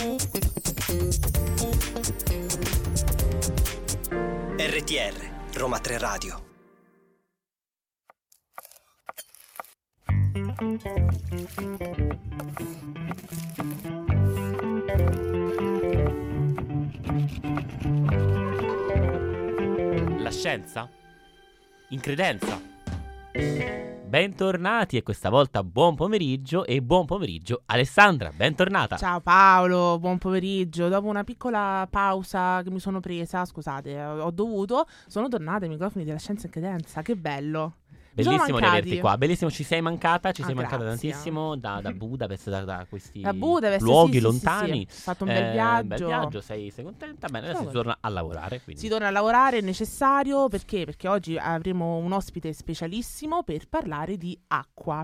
RTR, Roma 3 Radio. La scienza? In credenza? Bentornati e questa volta buon pomeriggio Alessandra, bentornata. Ciao Paolo, buon pomeriggio. Dopo una piccola pausa che mi sono presa, scusate, sono tornata ai microfoni della Scienza in Credenza, che bello. Bellissimo di averti qua, bellissimo, ci sei mancata grazie. Tantissimo da Budapest, da questi Budapest, luoghi sì, lontani. Ho fatto un bel viaggio. Bel viaggio, sei contenta? Bene, adesso si torna a lavorare. Quindi. Si torna a lavorare, è necessario, perché? Perché oggi avremo un ospite specialissimo per parlare di acqua.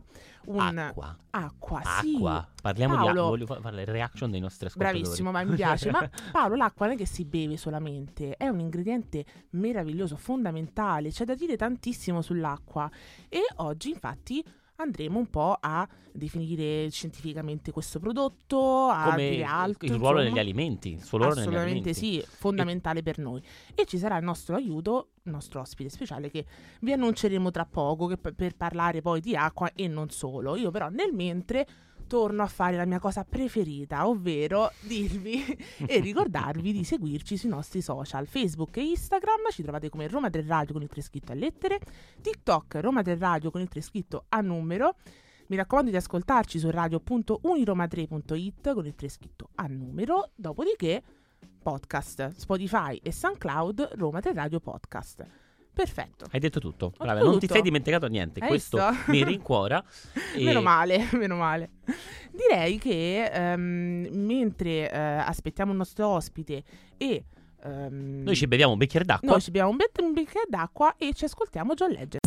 Acqua, sì. Parliamo Paolo, di acqua, voglio fare le reaction dei nostri ascoltatori. Bravissimo, ma mi piace. Ma Paolo, l'acqua non è che si beve solamente, è un ingrediente meraviglioso, fondamentale, c'è da dire tantissimo sull'acqua. E oggi infatti andremo un po' a definire scientificamente questo prodotto, a come dire altro, il ruolo insomma. negli alimenti, il suo ruolo negli Assolutamente alimenti. sì, fondamentale per noi. E ci sarà il nostro aiuto, il nostro ospite speciale che vi annunceremo tra poco, che per parlare poi di acqua e non solo. Io però nel mentre torno a fare la mia cosa preferita, ovvero dirvi e ricordarvi di seguirci sui nostri social Facebook e Instagram. Ci trovate come Roma 3 Radio con il 3 scritto a lettere, TikTok Roma 3 Radio con il 3 scritto a numero. Mi raccomando di ascoltarci su radio.uniroma3.it con il 3 scritto a numero. Dopodiché podcast, Spotify e SoundCloud Roma 3 Radio Podcast. Perfetto. Hai detto tutto. Ho Brava, detto non ti tutto. sei dimenticato niente. Hai Questo visto? mi rincuora. Meno male. Direi che mentre aspettiamo il nostro ospite e Noi ci beviamo un bicchiere d'acqua. noi ci beviamo un bicchiere d'acqua e ci ascoltiamo John Legend.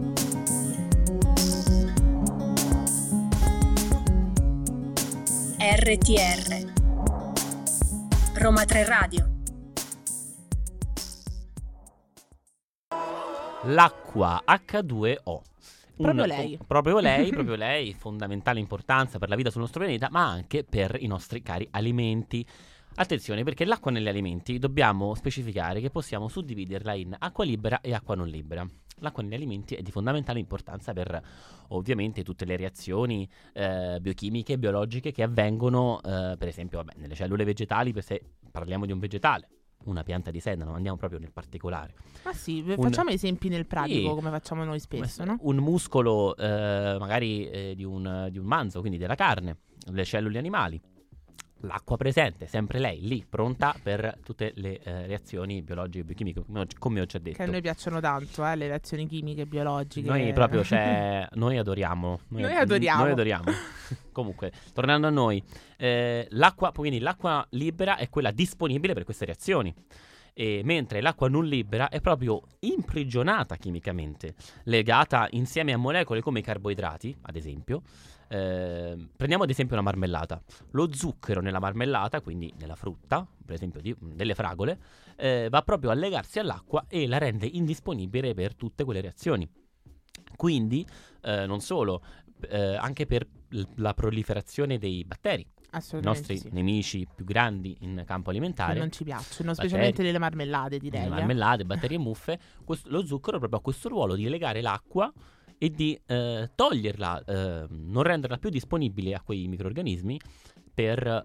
RTR Roma 3 Radio. L'acqua H2O. Proprio lei. Proprio lei, fondamentale importanza per la vita sul nostro pianeta, ma anche per i nostri cari alimenti. Attenzione, perché l'acqua negli alimenti dobbiamo specificare che possiamo suddividerla in acqua libera e acqua non libera. L'acqua negli alimenti è di fondamentale importanza per ovviamente tutte le reazioni biochimiche e biologiche che avvengono, per esempio, nelle cellule vegetali, se parliamo di un vegetale. Una pianta di sedano, andiamo proprio nel particolare. Ah sì, facciamo esempi nel pratico, Sì, come facciamo noi spesso, no? Un muscolo magari di un manzo, quindi della carne, le cellule animali, l'acqua presente, sempre lei lì, pronta per tutte le reazioni biologiche e biochimiche, come ho già detto. Che a noi piacciono tanto, le reazioni chimiche e biologiche. Noi proprio, noi adoriamo. Noi adoriamo. Comunque, tornando a noi, l'acqua libera è quella disponibile per queste reazioni. Mentre l'acqua non libera è proprio imprigionata chimicamente, legata insieme a molecole come i carboidrati, ad esempio. Prendiamo ad esempio una marmellata. Lo zucchero nella marmellata, quindi nella frutta, per esempio delle fragole, va proprio a legarsi all'acqua e la rende indisponibile per tutte quelle reazioni. Quindi non solo, anche per la proliferazione dei batteri. I nostri nemici più grandi in campo alimentare, che non ci piacciono, specialmente nelle marmellate, direi. Nelle marmellate, batteri e muffe. Lo zucchero proprio ha questo ruolo di legare l'acqua e di toglierla, non renderla più disponibile a quei microrganismi per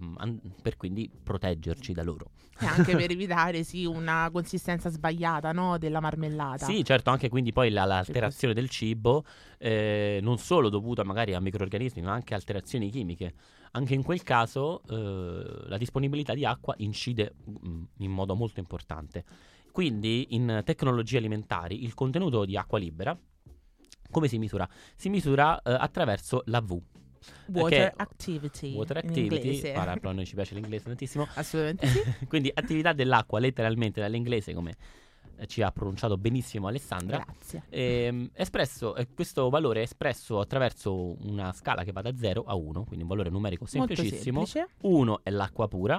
quindi proteggerci da loro. E anche per evitare una consistenza sbagliata, no, della marmellata. Sì, certo, anche quindi poi l'alterazione del cibo, non solo dovuta magari a microrganismi, ma anche alterazioni chimiche. Anche in quel caso la disponibilità di acqua incide in modo molto importante. Quindi in tecnologie alimentari il contenuto di acqua libera come si misura? Si misura attraverso la V. Water activity in inglese. Però a noi ci piace l'inglese tantissimo. Assolutamente sì. Quindi attività dell'acqua, letteralmente dall'inglese, come ci ha pronunciato benissimo Alessandra. Grazie. Questo valore è espresso attraverso una scala che va da 0 a 1, quindi un valore numerico semplicissimo. Molto semplice. 1 è l'acqua pura,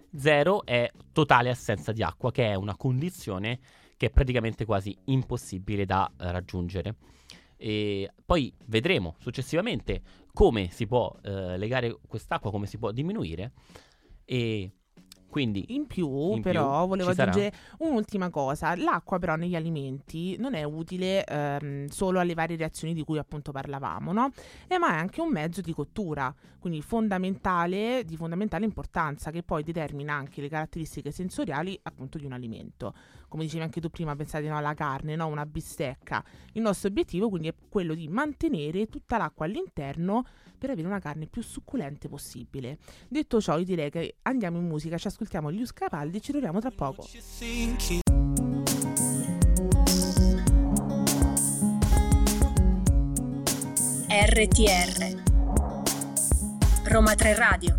0 è totale assenza di acqua, che è una condizione che è praticamente quasi impossibile da raggiungere. E poi vedremo successivamente come si può legare quest'acqua, come si può diminuire. E quindi In più, però, volevo ci sarà? aggiungere un'ultima cosa. L'acqua, però, negli alimenti non è utile solo alle varie reazioni di cui appunto parlavamo, no? Ma è anche un mezzo di cottura, quindi di fondamentale importanza, che poi determina anche le caratteristiche sensoriali appunto di un alimento. Come dicevi anche tu prima, pensate alla carne, no? Una bistecca. Il nostro obiettivo quindi è quello di mantenere tutta l'acqua all'interno per avere una carne più succulente possibile. Detto ciò, io direi che andiamo in musica, ci ascoltiamo gli Uscapaldi e ci troviamo tra poco. RTR Roma 3 Radio.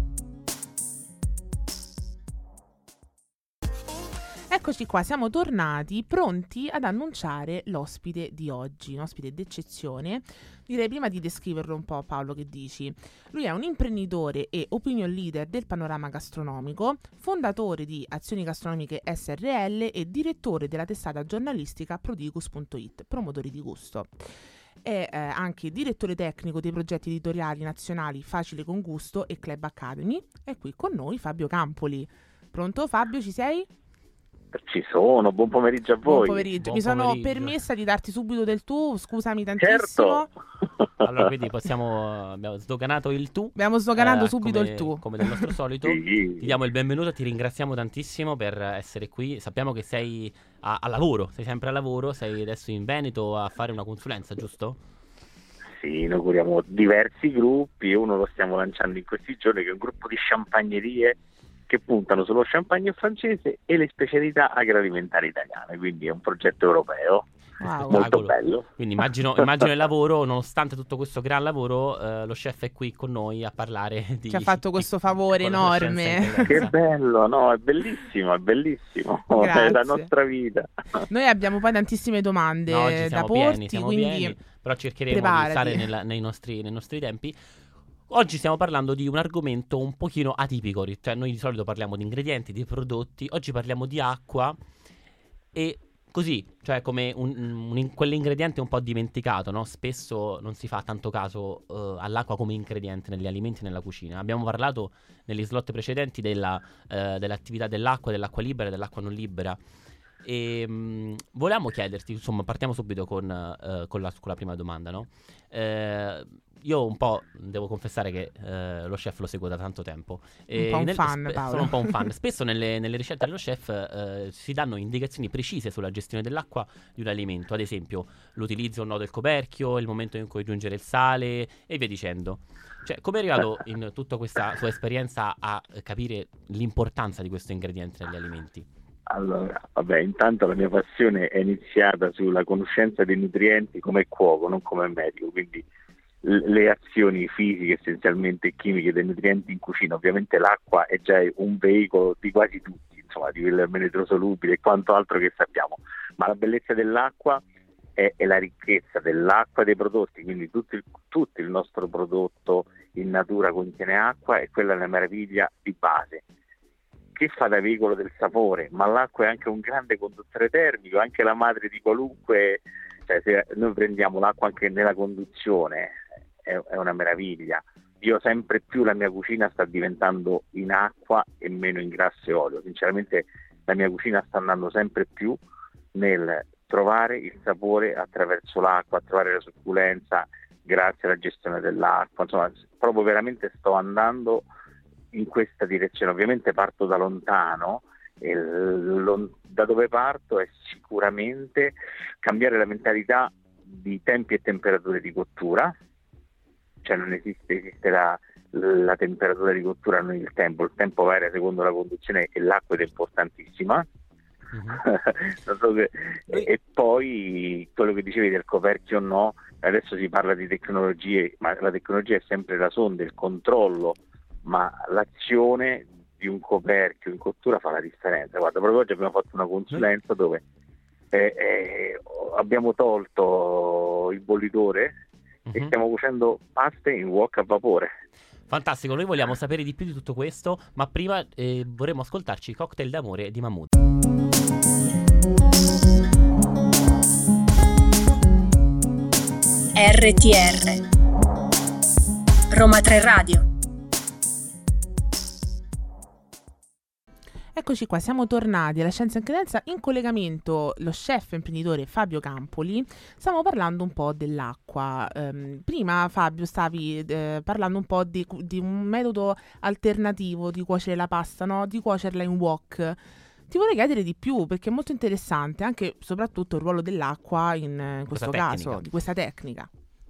Eccoci qua, siamo tornati pronti ad annunciare l'ospite di oggi, un ospite d'eccezione. Direi prima di descriverlo un po', Paolo, che dici? Lui è un imprenditore e opinion leader del panorama gastronomico, fondatore di Azioni Gastronomiche SRL e direttore della testata giornalistica Prodigus.it, promotori di gusto. È anche direttore tecnico dei progetti editoriali nazionali Facile con Gusto e Club Academy. È qui con noi Fabio Campoli. Pronto Fabio, ci sei? Ci sono, buon pomeriggio a voi. Buon pomeriggio. Buon Mi sono pomeriggio. permessa di darti subito del tu, scusami tantissimo. Certo. Allora, quindi abbiamo sdoganato il tu. Abbiamo sdoganato subito come, il tu. come del nostro solito. Sì. Ti diamo il benvenuto, ti ringraziamo tantissimo per essere qui. Sappiamo che sei a lavoro, sei sempre a lavoro, sei adesso in Veneto a fare una consulenza, giusto? Sì, inauguriamo diversi gruppi e uno lo stiamo lanciando in questi giorni, che è un gruppo di champagnerie che puntano sullo champagne francese e le specialità agroalimentari italiane, quindi è un progetto europeo. Wow. Molto Spettacolo. bello. Quindi immagino il lavoro, nonostante tutto questo gran lavoro, lo chef è qui con noi a parlare di... Ci ha fatto questo favore piccola conoscenza enorme. intensa. Che bello, no? È bellissimo, è bellissimo. È la Grazie. nostra vita. Noi abbiamo poi tantissime domande No, oggi da siamo porti, pieni, siamo quindi pieni, però cercheremo preparati. di stare nei nostri tempi. Oggi stiamo parlando di un argomento un pochino atipico, cioè noi di solito parliamo di ingredienti, di prodotti, oggi parliamo di acqua e così, cioè come quell'ingrediente un po' dimenticato, no? Spesso non si fa tanto caso all'acqua come ingrediente negli alimenti e nella cucina. Abbiamo parlato negli slot precedenti dell'attività dell'acqua libera e dell'acqua non libera. E volevamo chiederti, insomma, partiamo subito con la prima domanda, no? Io un po' devo confessare che lo chef lo seguo da tanto tempo. Un po' un fan, Paolo. Sono un po' un fan. Spesso nelle ricette dello chef si danno indicazioni precise sulla gestione dell'acqua di un alimento, ad esempio l'utilizzo o no del coperchio, il momento in cui aggiungere il sale e via dicendo. Cioè, come è arrivato in tutta questa sua esperienza a capire l'importanza di questo ingrediente negli alimenti? Allora, vabbè, intanto la mia passione è iniziata sulla conoscenza dei nutrienti come cuoco, non come medico, quindi le azioni fisiche essenzialmente chimiche dei nutrienti in cucina. Ovviamente l'acqua è già un veicolo di quasi tutti, insomma, di quel elettrosolubile e quanto altro che sappiamo, ma la bellezza dell'acqua è la ricchezza dell'acqua e dei prodotti, quindi tutto il nostro prodotto in natura contiene acqua e quella è una meraviglia di base che fa da veicolo del sapore, ma l'acqua è anche un grande conduttore termico, anche la madre di qualunque, cioè se noi prendiamo l'acqua anche nella conduzione è una meraviglia. Io sempre più la mia cucina sta diventando in acqua e meno in grasso e olio, sinceramente la mia cucina sta andando sempre più nel trovare il sapore attraverso l'acqua, trovare la succulenza grazie alla gestione dell'acqua, insomma proprio veramente sto andando in questa direzione. Ovviamente parto da lontano e da dove parto è sicuramente cambiare la mentalità di tempi e temperature di cottura, cioè non esiste la temperatura di cottura, non il tempo varia secondo la conduzione e l'acqua è importantissima. E poi quello che dicevi del coperchio o no, adesso si parla di tecnologie, ma la tecnologia è sempre la sonda, il controllo, ma l'azione di un coperchio in cottura fa la differenza. Guarda, proprio oggi abbiamo fatto una consulenza dove abbiamo tolto il bollitore e stiamo cuocendo paste in wok a vapore. Fantastico, noi vogliamo sapere di più di tutto questo, ma prima vorremmo ascoltarci Cocktail d'amore di Mahmood. RTR Roma 3 Radio. Eccoci qua, siamo tornati alla Scienza in Credenza, in collegamento lo chef imprenditore Fabio Campoli. Stiamo parlando un po' dell'acqua. Prima Fabio stavi parlando un po' di un metodo alternativo di cuocere la pasta, no? Di cuocerla in wok. Ti vorrei chiedere di più perché è molto interessante anche soprattutto il ruolo dell'acqua in questo caso, di questa tecnica.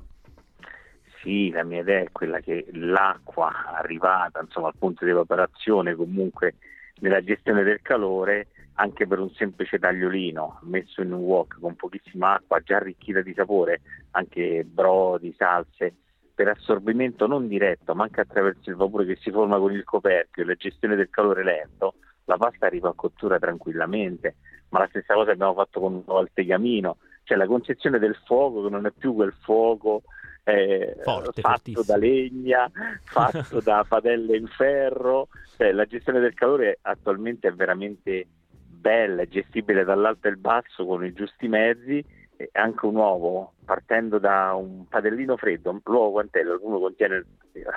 Sì, la mia idea è quella che l'acqua arrivata, insomma, al punto di evaporazione, comunque nella gestione del calore, anche per un semplice tagliolino messo in un wok con pochissima acqua già arricchita di sapore, anche brodi, salse, per assorbimento non diretto, ma anche attraverso il vapore che si forma con il coperchio e la gestione del calore lento, la pasta arriva a cottura tranquillamente. Ma la stessa cosa abbiamo fatto con il tegamino, cioè la concezione del fuoco che non è più quel fuoco fatto fortissimo, da legna, fatto da padelle in ferro, cioè, la gestione del calore attualmente è veramente bella, è gestibile dall'alto e il basso con i giusti mezzi. E anche un uovo partendo da un padellino freddo, l'uovo quant'è? Uno contiene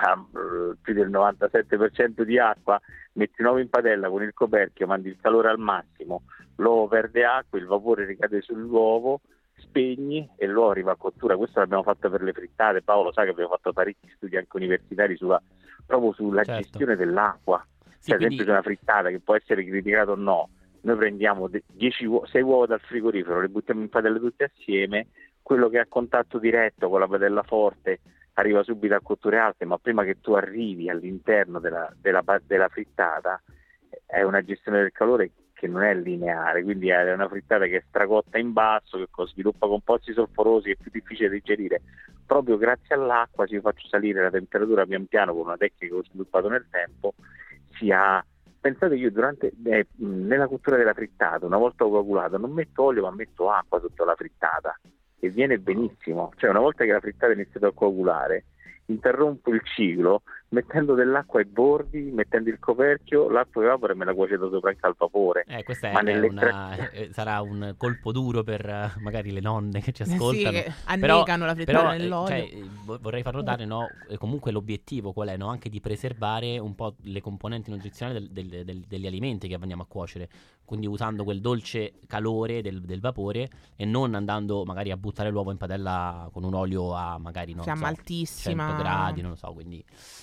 più del 97% di acqua, metti l'uovo in padella con il coperchio, mandi il calore al massimo, l'uovo perde acqua, il vapore ricade sull'uovo, spegni e l'uovo arriva a cottura. Questo l'abbiamo fatto per le frittate. Paolo sa che abbiamo fatto parecchi studi anche universitari proprio sulla gestione dell'acqua. Sì, Per esempio, una frittata che può essere criticata o no, noi prendiamo 6 uova dal frigorifero, le buttiamo in padella tutte assieme, quello che è a contatto diretto con la padella forte arriva subito a cotture alte, ma prima che tu arrivi all'interno della frittata è una gestione del calore che non è lineare, quindi è una frittata che è stracotta in basso, che sviluppa composti solforosi, è più difficile da digerire. Proprio grazie all'acqua ci faccio salire la temperatura pian piano con una tecnica che ho sviluppato nel tempo. Pensate che io nella cottura della frittata, una volta coagulato, non metto olio ma metto acqua sotto la frittata e viene benissimo. Cioè, una volta che la frittata è iniziata a coagulare, interrompo il ciclo mettendo dell'acqua ai bordi, mettendo il coperchio, l'acqua evapora e me la cuoce da sopra anche al vapore. Questa sarà un colpo duro per magari le nonne che ci ascoltano. Sì, che annegano la frittata nell'olio. Vorrei far notare, no, comunque l'obiettivo qual è, no? Anche di preservare un po' le componenti nutrizionali degli alimenti che andiamo a cuocere, quindi usando quel dolce calore del vapore e non andando magari a buttare l'uovo in padella con un olio a magari fiamma altissima, 100 gradi, non lo so, quindi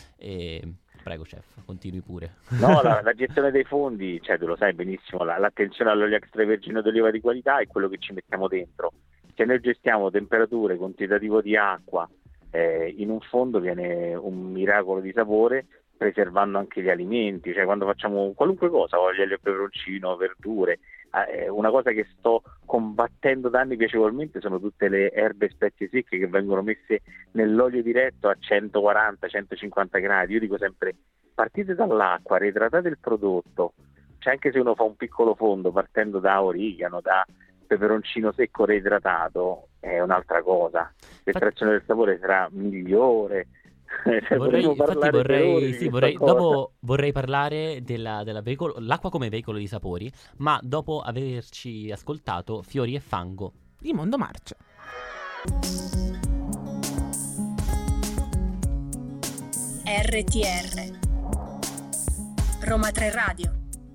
prego chef, continui pure. No, la gestione dei fondi, cioè tu lo sai benissimo, l'attenzione all'olio extravergine d'oliva di qualità è quello che ci mettiamo dentro. Se noi gestiamo temperature, quantitativo di acqua, in un fondo viene un miracolo di sapore, preservando anche gli alimenti. Cioè, quando facciamo qualunque cosa, olio e peperoncino, verdure, una cosa che sto combattendo da anni piacevolmente sono tutte le erbe e spezie secche che vengono messe nell'olio diretto a 140-150 gradi. Io dico sempre, partite dall'acqua, reidratate il prodotto, cioè anche se uno fa un piccolo fondo partendo da origano, da peperoncino secco reidratato, è un'altra cosa, l'estrazione del sapore sarà migliore. Dopo vorrei parlare della l'acqua come veicolo di sapori, ma dopo averci ascoltato Fiori e fango di Mondo Marcio. RTR Roma 3 Radio.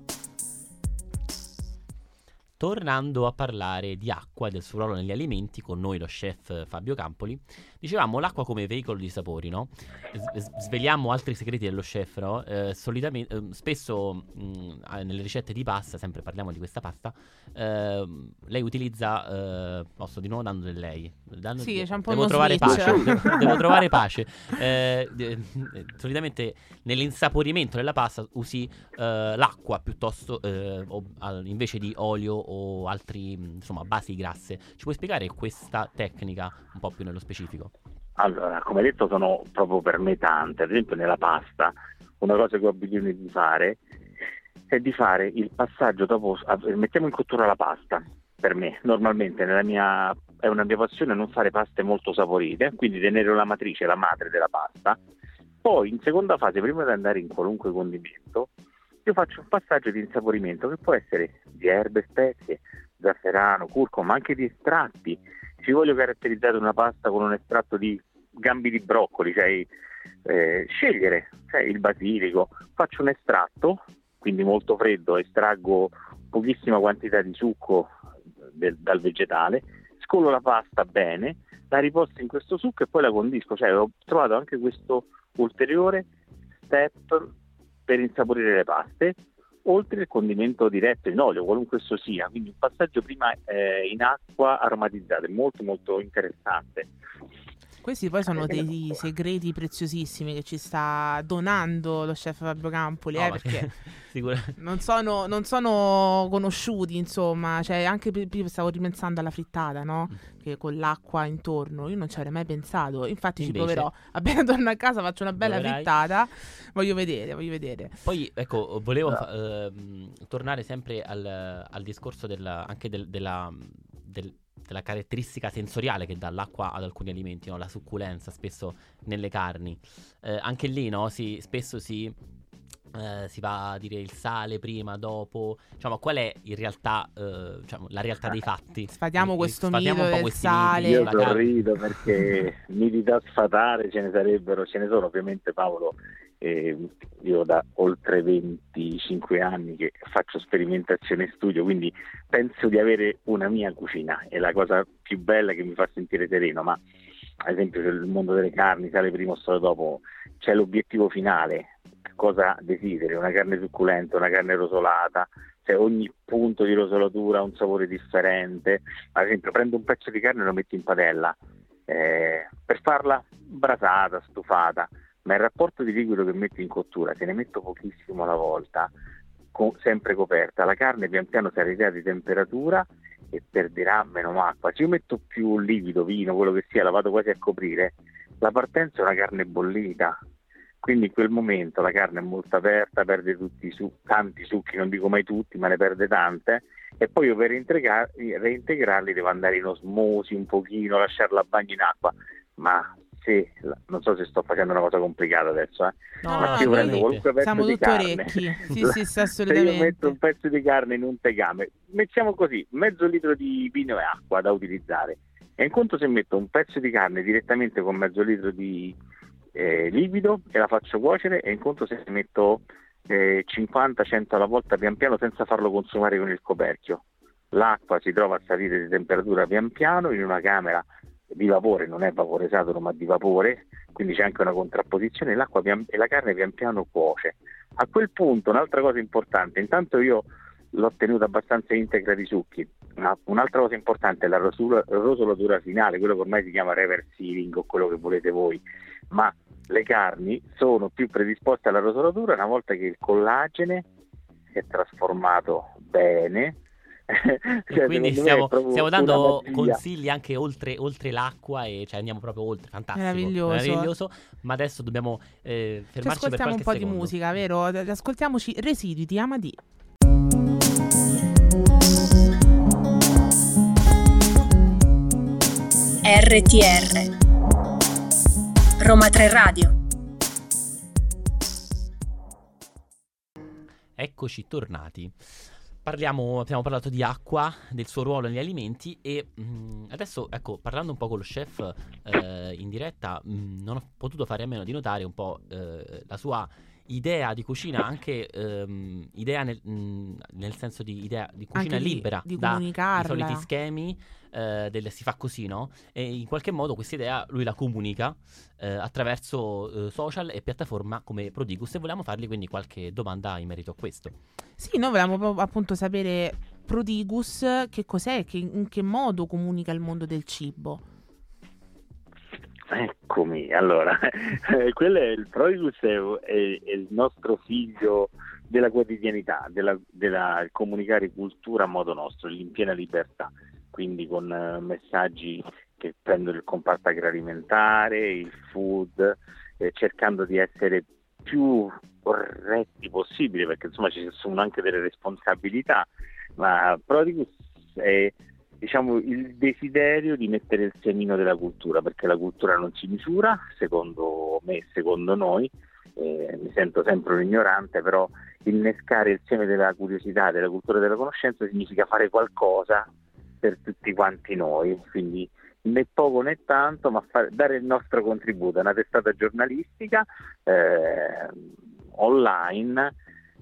Tornando a parlare di acqua e del suo ruolo negli alimenti, con noi lo chef Fabio Campoli, dicevamo l'acqua come veicolo di sapori, no? Sveliamo altri segreti dello chef, no? Solitamente, spesso nelle ricette di pasta, sempre parliamo di questa pasta, lei utilizza, posso di nuovo dando del lei? Sì, c'è un po' devo trovare pace. Devo trovare pace. Solitamente nell'insaporimento della pasta usi l'acqua piuttosto invece di olio o altri, insomma, basi grasse. Ci puoi spiegare questa tecnica un po' più nello specifico? Allora, come detto, sono proprio per me tante. Ad esempio nella pasta, una cosa che ho bisogno di fare è di fare il passaggio dopo, mettiamo in cottura la pasta. Per me, normalmente, è una mia passione non fare paste molto saporite, quindi tenere la matrice, la madre della pasta. Poi, in seconda fase, prima di andare in qualunque condimento, io faccio un passaggio di insaporimento che può essere di erbe, spezie, zafferano, curcuma, ma anche di estratti. Se voglio caratterizzare una pasta con un estratto di gambi di broccoli, cioè scegliere, cioè il basilico, faccio un estratto, quindi molto freddo, estraggo pochissima quantità di succo dal vegetale, scolo la pasta bene, la riposto in questo succo e poi la condisco. Cioè ho trovato anche questo ulteriore step per insaporire le paste, oltre il condimento diretto in olio, qualunque esso sia, quindi un passaggio prima in acqua aromatizzata, è molto molto interessante. Questi poi sono dei segreti preziosissimi che ci sta donando lo chef Fabio Campoli, No, perché sicuramente. non sono conosciuti, insomma, cioè anche stavo ripensando alla frittata, no? Che con l'acqua intorno, io non ci avrei mai pensato, infatti Invece, ci proverò, appena torno a casa faccio una bella proverai. frittata, voglio vedere. Poi ecco, volevo tornare sempre al discorso della caratteristica sensoriale che dà l'acqua ad alcuni alimenti, no? La succulenza spesso nelle carni. Anche lì, no? Spesso si va a dire il sale prima, dopo. Diciamo, qual è in realtà la realtà dei fatti? Sfatiamo questo Sfatiamo mito un po' del questi sale. miti Io sulla carne. sorrido perché miti da sfatare ce ne sono ovviamente, Paolo. Io da oltre 25 anni che faccio sperimentazione e studio, quindi penso di avere una mia cucina, è la cosa più bella che mi fa sentire sereno. Ma ad esempio nel mondo delle carni, sale prima o sale dopo, c'è l'obiettivo finale, cosa desideri, una carne succulenta, una carne rosolata, cioè ogni punto di rosolatura ha un sapore differente. Ad esempio prendo un pezzo di carne e lo metto in padella per farla brasata, stufata, ma il rapporto di liquido che metto in cottura, se ne metto pochissimo alla volta, sempre coperta, la carne pian piano salirà di temperatura e perderà meno acqua. Se io metto più liquido, vino, quello che sia, la vado quasi a coprire, la partenza è una carne bollita, quindi in quel momento la carne è molto aperta, perde tanti succhi, non dico mai tutti, ma ne perde tante, e poi io per reintegrarli devo andare in osmosi un pochino, lasciarla a bagno in acqua, ma non so se sto facendo una cosa complicata adesso, No, ma no, se io prendo noi qualunque pezzo siamo di tutto carne, orecchi. Sì, se assolutamente. io metto un pezzo di carne in un tegame, mettiamo così, mezzo litro di vino e acqua da utilizzare, e in conto se metto un pezzo di carne direttamente con mezzo litro di liquido e la faccio cuocere, e in conto se metto 50-100 alla volta pian piano senza farlo consumare con il coperchio, l'acqua si trova a salire di temperatura pian piano in una camera di vapore, non è vapore saturo ma di vapore, quindi c'è anche una contrapposizione, l'acqua e la carne pian piano cuoce. A quel punto un'altra cosa importante, intanto io l'ho tenuta abbastanza integra di succhi, ma un'altra cosa importante è la rosolatura finale, quello che ormai si chiama reverse searing o quello che volete voi, ma le carni sono più predisposte alla rosolatura una volta che il collagene si è trasformato bene. E quindi stiamo dando consigli anche oltre l'acqua, e cioè andiamo proprio oltre. Fantastico, meraviglioso. Ma adesso dobbiamo fermarci per qualche ascoltiamo un po' secondo di musica, vero? Ascoltiamoci Residui di Amadì. RTR Roma 3 Radio. Eccoci tornati. Abbiamo parlato di acqua, del suo ruolo negli alimenti, e adesso, ecco, parlando un po' con lo chef in diretta, non ho potuto fare a meno di notare un po' la sua idea di cucina, anche idea nel senso di idea di cucina Anche libera di dai comunicarla. soliti schemi del si fa così, no? E in qualche modo questa idea lui la comunica attraverso social e piattaforma come Prodigus, e volevamo fargli quindi qualche domanda in merito a questo. Sì, noi volevamo appunto sapere Prodigus che cos'è, in che modo comunica il mondo del cibo. Eccomi, allora, quello è il Prodigus, è il nostro figlio della quotidianità, della comunicare cultura a modo nostro, in piena libertà, quindi con messaggi che prendono il comparto agroalimentare, il food, cercando di essere più corretti possibile, perché insomma ci sono anche delle responsabilità, ma Prodigus è, diciamo, il desiderio di mettere il semino della cultura, perché la cultura non si misura, secondo me, secondo noi, mi sento sempre un ignorante, però innescare il seme della curiosità, della cultura e della conoscenza significa fare qualcosa per tutti quanti noi, quindi né poco né tanto, ma dare il nostro contributo. È una testata giornalistica online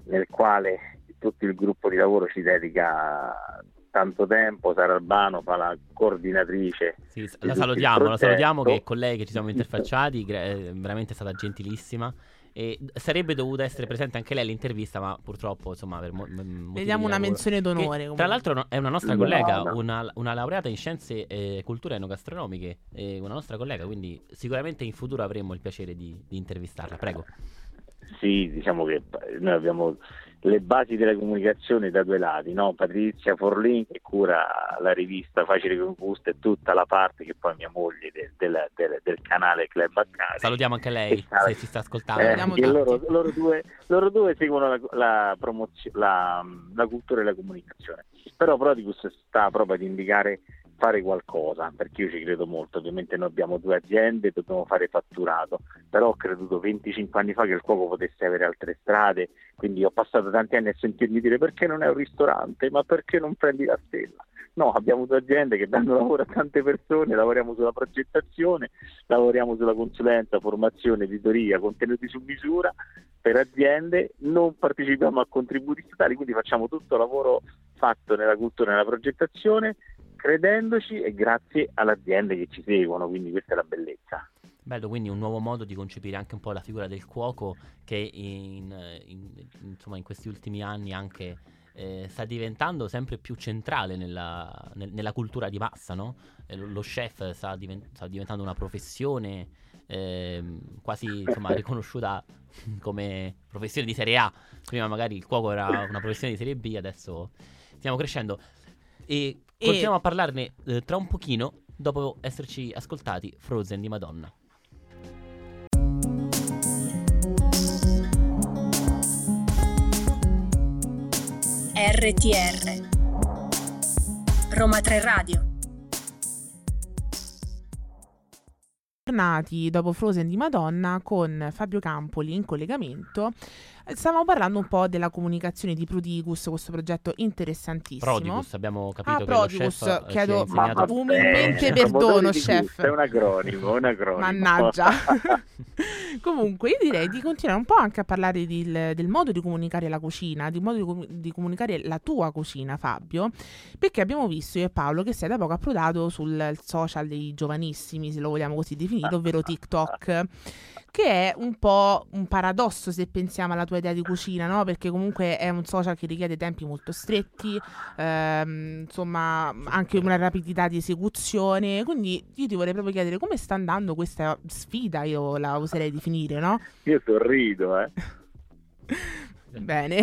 nel quale tutto il gruppo di lavoro ci dedica tanto tempo. Sara Albano fa la coordinatrice. Sì, di la tutto il salutiamo, che progetto. con lei che ci siamo interfacciati, veramente è stata gentilissima. E sarebbe dovuta essere presente anche lei all'intervista, ma purtroppo, insomma, per motivi Le diamo di una lavoro. menzione d'onore. Che, comunque. tra l'altro è una nostra No, collega, no. una laureata in scienze e culture enogastronomiche, una nostra collega, quindi sicuramente in futuro avremo il piacere di intervistarla. Prego. Sì, diciamo che noi abbiamo le basi della comunicazione da due lati, no? Patrizia Forlin, che cura la rivista Facile con Gusto, e tutta la parte che poi mia moglie del canale Club Accade. Salutiamo anche lei, se ci sta ascoltando. Salutiamo che tutti. loro due seguono la cultura e la comunicazione. Però Prodicus sta proprio ad indicare fare qualcosa, perché io ci credo molto. Ovviamente noi abbiamo 2 aziende, dobbiamo fare fatturato, però ho creduto 25 anni fa che il cuoco potesse avere altre strade, quindi ho passato tanti anni a sentirmi dire: perché non è un ristorante, ma perché non prendi la stella? No, abbiamo 2 aziende che danno lavoro a tante persone, lavoriamo sulla progettazione, lavoriamo sulla consulenza, formazione, editoria, contenuti su misura per aziende, non partecipiamo a contributi statali, quindi facciamo tutto lavoro fatto nella cultura e nella progettazione, credendoci e grazie alle aziende che ci seguono, quindi questa è la bellezza. Bello, quindi un nuovo modo di concepire anche un po' la figura del cuoco, che insomma, in questi ultimi anni anche sta diventando sempre più centrale nella cultura di massa, no? Lo chef sta diventando una professione quasi, insomma, riconosciuta come professione di serie A. Prima magari il cuoco era una professione di serie B, adesso stiamo crescendo. E continuiamo a parlarne tra un pochino, dopo esserci ascoltati Frozen di Madonna. RTR Roma 3 Radio. Tornati dopo Frozen di Madonna con Fabio Campoli in collegamento. Stavamo parlando un po' della comunicazione di Prodicus, questo progetto interessantissimo. Prodicus, abbiamo capito che Prodicus, lo chef chiedo ci ha insegnato. umilmente perdono, Motori di chef. gusto, è un acronimo. Mannaggia. Comunque io direi di continuare un po' anche a parlare del modo di comunicare la cucina, di modo di comunicare la tua cucina, Fabio, perché abbiamo visto io e Paolo che sei da poco approdato sul social dei giovanissimi, se lo vogliamo così definire, ovvero TikTok, che è un po' un paradosso se pensiamo alla tua idea di cucina, no? Perché comunque è un social che richiede tempi molto stretti, insomma anche una rapidità di esecuzione, quindi io ti vorrei proprio chiedere come sta andando questa sfida, io la oserei definire, no? Io sorrido, Bene.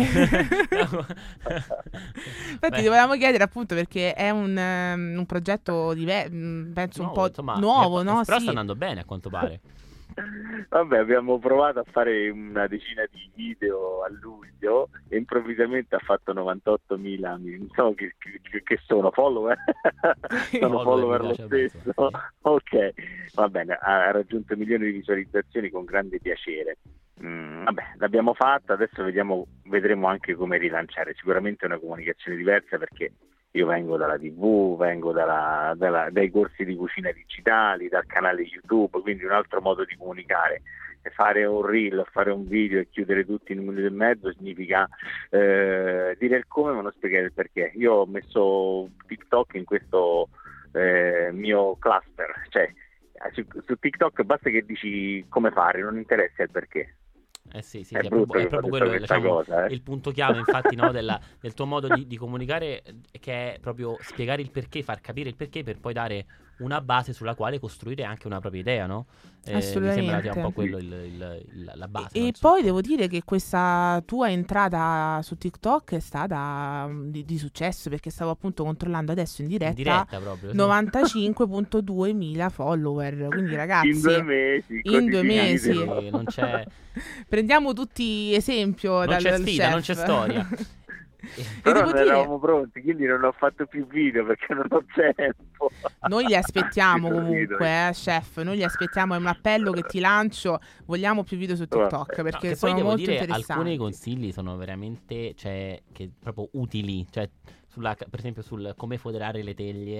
Infatti ti volevamo chiedere appunto perché è un progetto penso un po' insomma, nuovo, no? Però Sì. sta andando bene, a quanto pare. Vabbè, abbiamo provato a fare una decina di video a luglio e improvvisamente ha fatto 98.000, non so che sono follower, sono follower lo stesso. Ok, va bene, ha raggiunto milioni di visualizzazioni con grande piacere. Vabbè, l'abbiamo fatta, adesso vedremo anche come rilanciare. Sicuramente è una comunicazione diversa, perché io vengo dalla TV, vengo dai corsi di cucina digitali, dal canale YouTube, quindi un altro modo di comunicare. E fare un reel, fare un video e chiudere tutti in 1 minuto e mezzo significa dire il come ma non spiegare il perché. Io ho messo TikTok in questo mio cluster, cioè su TikTok basta che dici come fare, non interessa il perché. Sì, È brutto è che proprio ho quello, detto questa cosa, il punto chiave, infatti, no, del tuo modo di comunicare, che è proprio spiegare il perché, far capire il perché, per poi dare una base sulla quale costruire anche una propria idea, no? Mi sembra sia un po' quello la base. E poi devo dire che questa tua entrata su TikTok è stata di successo, perché stavo appunto controllando adesso in diretta proprio, sì. 95.2 mila follower, quindi ragazzi In 2 mesi. in 2 mesi. Sì, non c'è... Prendiamo tutti esempio Non c'è dal sfida, chef. non c'è storia. Però devo non dire- eravamo pronti, quindi non ho fatto più video perché non ho tempo. Noi li aspettiamo Ci sorrido. comunque, chef. Noi li aspettiamo. È un appello che ti lancio. Vogliamo più video su TikTok Vabbè. perché Che sono poi devo molto dire, interessanti. alcuni consigli sono veramente, cioè, che proprio utili, cioè per esempio sul come foderare le teglie.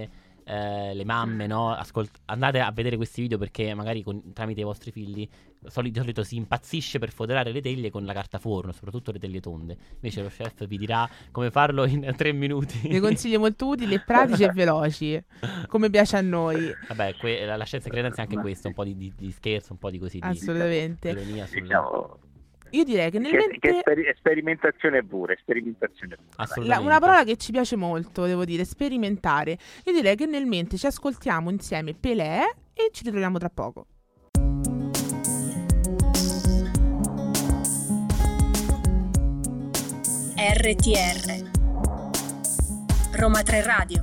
le mamme, no? Andate a vedere questi video perché magari tramite i vostri figli di solito si impazzisce per foderare le teglie con la carta forno, soprattutto le teglie tonde. Invece lo chef vi dirà come farlo in 3 minuti. Dei consigli molto utili, pratici e veloci, come piace a noi. Vabbè, la scienza e credenza è anche questo, un po' di scherzo, un po' di così, assolutamente. di ironia Io direi che sperimentazione pure. Assolutamente. Una parola che ci piace molto, devo dire, sperimentare. Io direi che nel mente ci ascoltiamo insieme Pelé e ci ritroviamo tra poco. RTR Roma 3 Radio.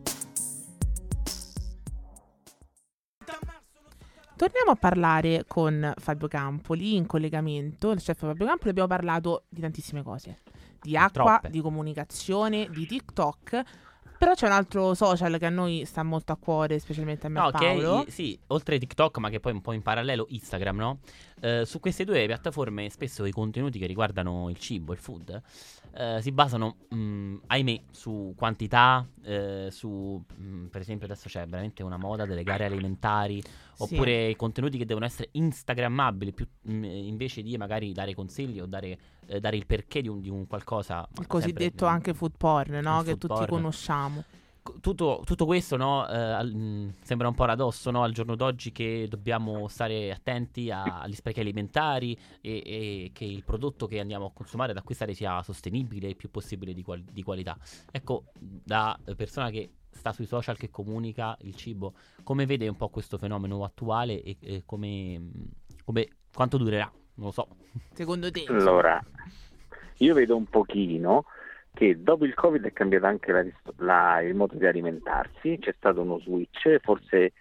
Torniamo a parlare con Fabio Campoli in collegamento, il chef Fabio Campoli. Abbiamo parlato di tantissime cose, di acqua, Troppe. di comunicazione, di TikTok. Però c'è un altro social che a noi sta molto a cuore, specialmente a me e Paolo. Sì, oltre TikTok, ma che poi un po' in parallelo Instagram, no? Su queste due piattaforme spesso i contenuti che riguardano il cibo, il food, si basano, ahimè, su quantità, per esempio adesso c'è veramente una moda delle gare alimentari, oppure contenuti che devono essere instagrammabili, invece di magari dare consigli o dare il perché di un qualcosa. Il cosiddetto anche food porn, no? Che tutti conosciamo. Tutto questo, no, sembra un paradosso, no, al giorno d'oggi, che dobbiamo stare attenti agli sprechi alimentari e che il prodotto che andiamo a consumare, ad acquistare, sia sostenibile e il più possibile di qualità. Ecco, da persona che sta sui social, che comunica il cibo, come vede un po' questo fenomeno attuale e quanto durerà? Non lo so. Secondo te? Allora, io vedo un pochino che dopo il Covid è cambiato anche il modo di alimentarsi, c'è stato uno switch, forse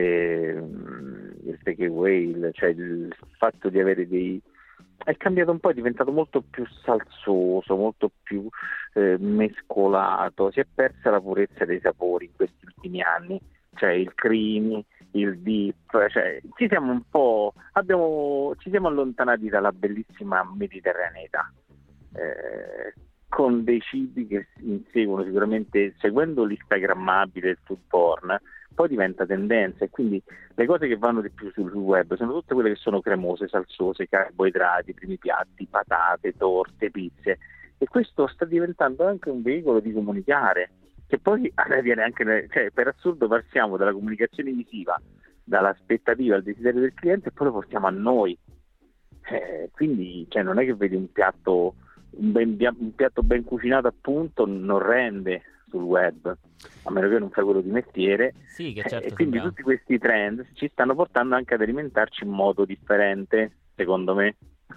il takeaway, cioè il fatto di avere è cambiato un po', è diventato molto più salsoso, molto più mescolato, si è persa la purezza dei sapori in questi ultimi anni, cioè il creamy, il dip, cioè ci siamo allontanati dalla bellissima mediterraneità, con dei cibi che inseguono sicuramente, seguendo l'instagrammabile, il food porn, poi diventa tendenza, e quindi le cose che vanno di più sul web sono tutte quelle che sono cremose, salsose, carboidrati, primi piatti, patate, torte, pizze, e questo sta diventando anche un veicolo di comunicare, che poi viene anche, cioè, per assurdo passiamo dalla comunicazione visiva, dall'aspettativa al desiderio del cliente, e poi lo portiamo a noi, quindi cioè, non è che vedi un piatto ben cucinato, appunto, non rende sul web, a meno che non fai quello di mestiere. Sì, che certo, e quindi tutti questi trend ci stanno portando anche ad alimentarci in modo differente, secondo me.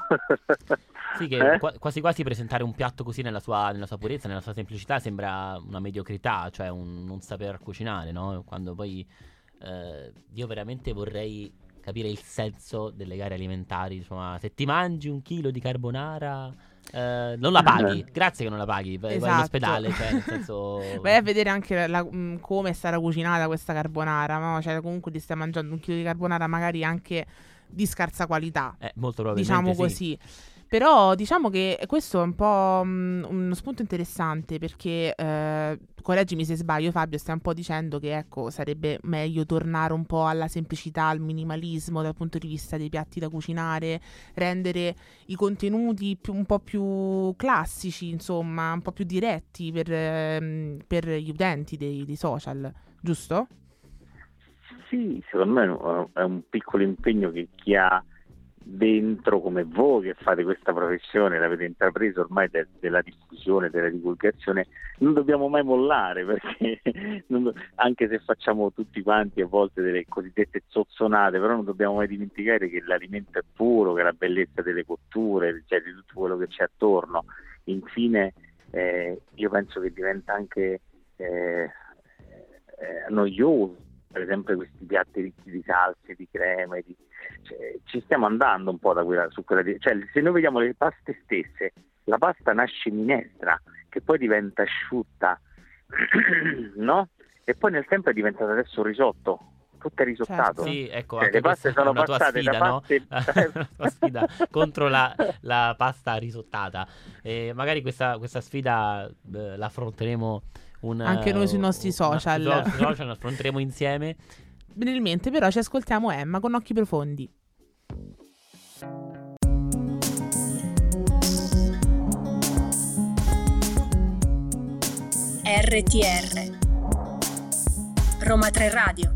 Sì, che quasi quasi presentare un piatto così nella sua purezza, nella sua semplicità, sembra una mediocrità, cioè un non saper cucinare, no? Quando poi io veramente vorrei capire il senso delle gare alimentari. Insomma, se ti mangi 1 chilo di carbonara, non la paghi. Grazie che non la paghi. Vai all'ospedale, cioè, nel senso... Vai a vedere anche come è stata cucinata questa carbonara, no? Cioè, comunque ti stai mangiando 1 chilo di carbonara, magari anche di scarsa qualità, molto probabilmente, diciamo così. Però diciamo che questo è un po' uno spunto interessante, perché correggimi se sbaglio, Fabio, stai un po' dicendo che, ecco, sarebbe meglio tornare un po' alla semplicità, al minimalismo dal punto di vista dei piatti da cucinare, rendere i contenuti un po' più classici, insomma, un po' più diretti per gli utenti dei social, giusto? Sì, secondo me è un piccolo impegno che chi ha dentro, come voi che fate questa professione, l'avete intrapreso ormai della diffusione, della divulgazione, non dobbiamo mai mollare, perché anche se facciamo tutti quanti a volte delle cosiddette zozzonate, però non dobbiamo mai dimenticare che l'alimento è puro, che la bellezza delle cotture, cioè di tutto quello che c'è attorno. Infine io penso che diventa anche noioso, per esempio, questi piatti ricchi di salse, di creme, cioè, ci stiamo andando un po' su quella cioè, se noi vediamo le paste stesse, la pasta nasce minestra, che poi diventa asciutta, no? E poi nel tempo è diventato adesso risotto, tutto è risottato. Certo. Sì, ecco, cioè, le paste sono una tua passate sfida, da no? Una tua sfida contro la pasta risottata. Magari questa sfida la affronteremo anche noi sui nostri social. Sui social affronteremo insieme. Nel mente però ci ascoltiamo Emma con Occhi Profondi. RTR Roma 3 Radio.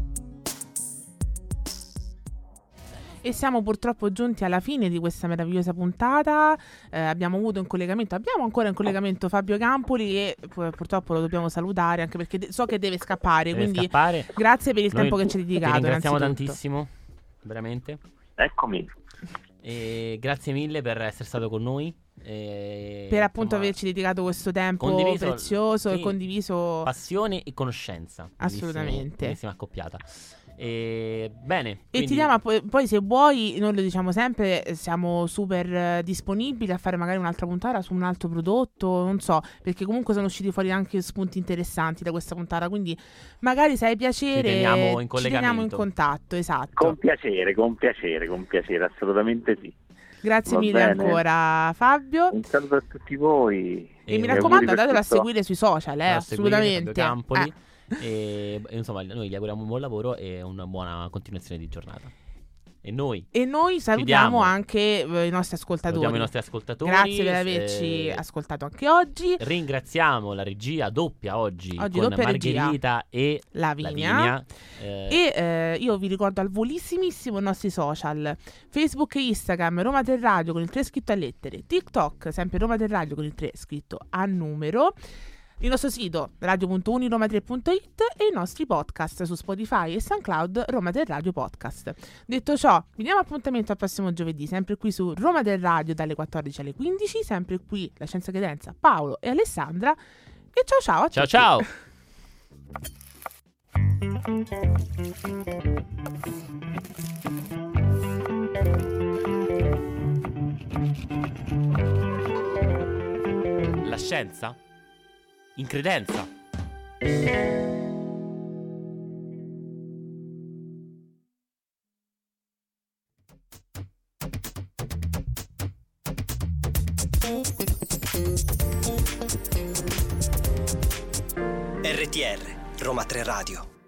E siamo purtroppo giunti alla fine di questa meravigliosa puntata. Abbiamo ancora in collegamento Fabio Campoli e purtroppo lo dobbiamo salutare, anche perché so che deve scappare, quindi grazie per il tempo che ci hai dedicato. Ti ringraziamo tantissimo, veramente. Eccomi. E grazie mille per essere stato con noi. Per appunto averci dedicato questo tempo prezioso e condiviso passione e conoscenza. Assolutamente. Bellissima accoppiata. Bene. E quindi... ti diamo poi se vuoi, noi lo diciamo sempre, siamo super disponibili a fare magari un'altra puntata su un altro prodotto, non so, perché comunque sono usciti fuori anche spunti interessanti da questa puntata, quindi magari se hai piacere ci teniamo in contatto. Esatto. Con piacere, assolutamente sì. Grazie mille ancora Fabio. Un saluto a tutti voi. E mi raccomando, andatelo a seguire sui social, assolutamente. Campoli. E insomma, noi gli auguriamo un buon lavoro e una buona continuazione di giornata. E noi salutiamo anche i nostri ascoltatori. Grazie per averci ascoltato anche oggi. Ringraziamo la regia doppia oggi con Margherita e Lavinia. E io vi ricordo al volissimissimo i nostri social: Facebook e Instagram Roma 3 Radio con il 3 scritto a lettere, TikTok sempre Roma 3 Radio con il 3 scritto a numero, il nostro sito radio.uniroma3.it e i nostri podcast su Spotify e SoundCloud Roma 3 Radio Podcast. Detto ciò, vi diamo appuntamento al prossimo giovedì, sempre qui su Roma 3 Radio dalle 14 alle 15, sempre qui la Scienza Credenza, Paolo e Alessandra. E ciao a tutti. Ciao. La scienza in credenza. RTR Roma 3 Radio.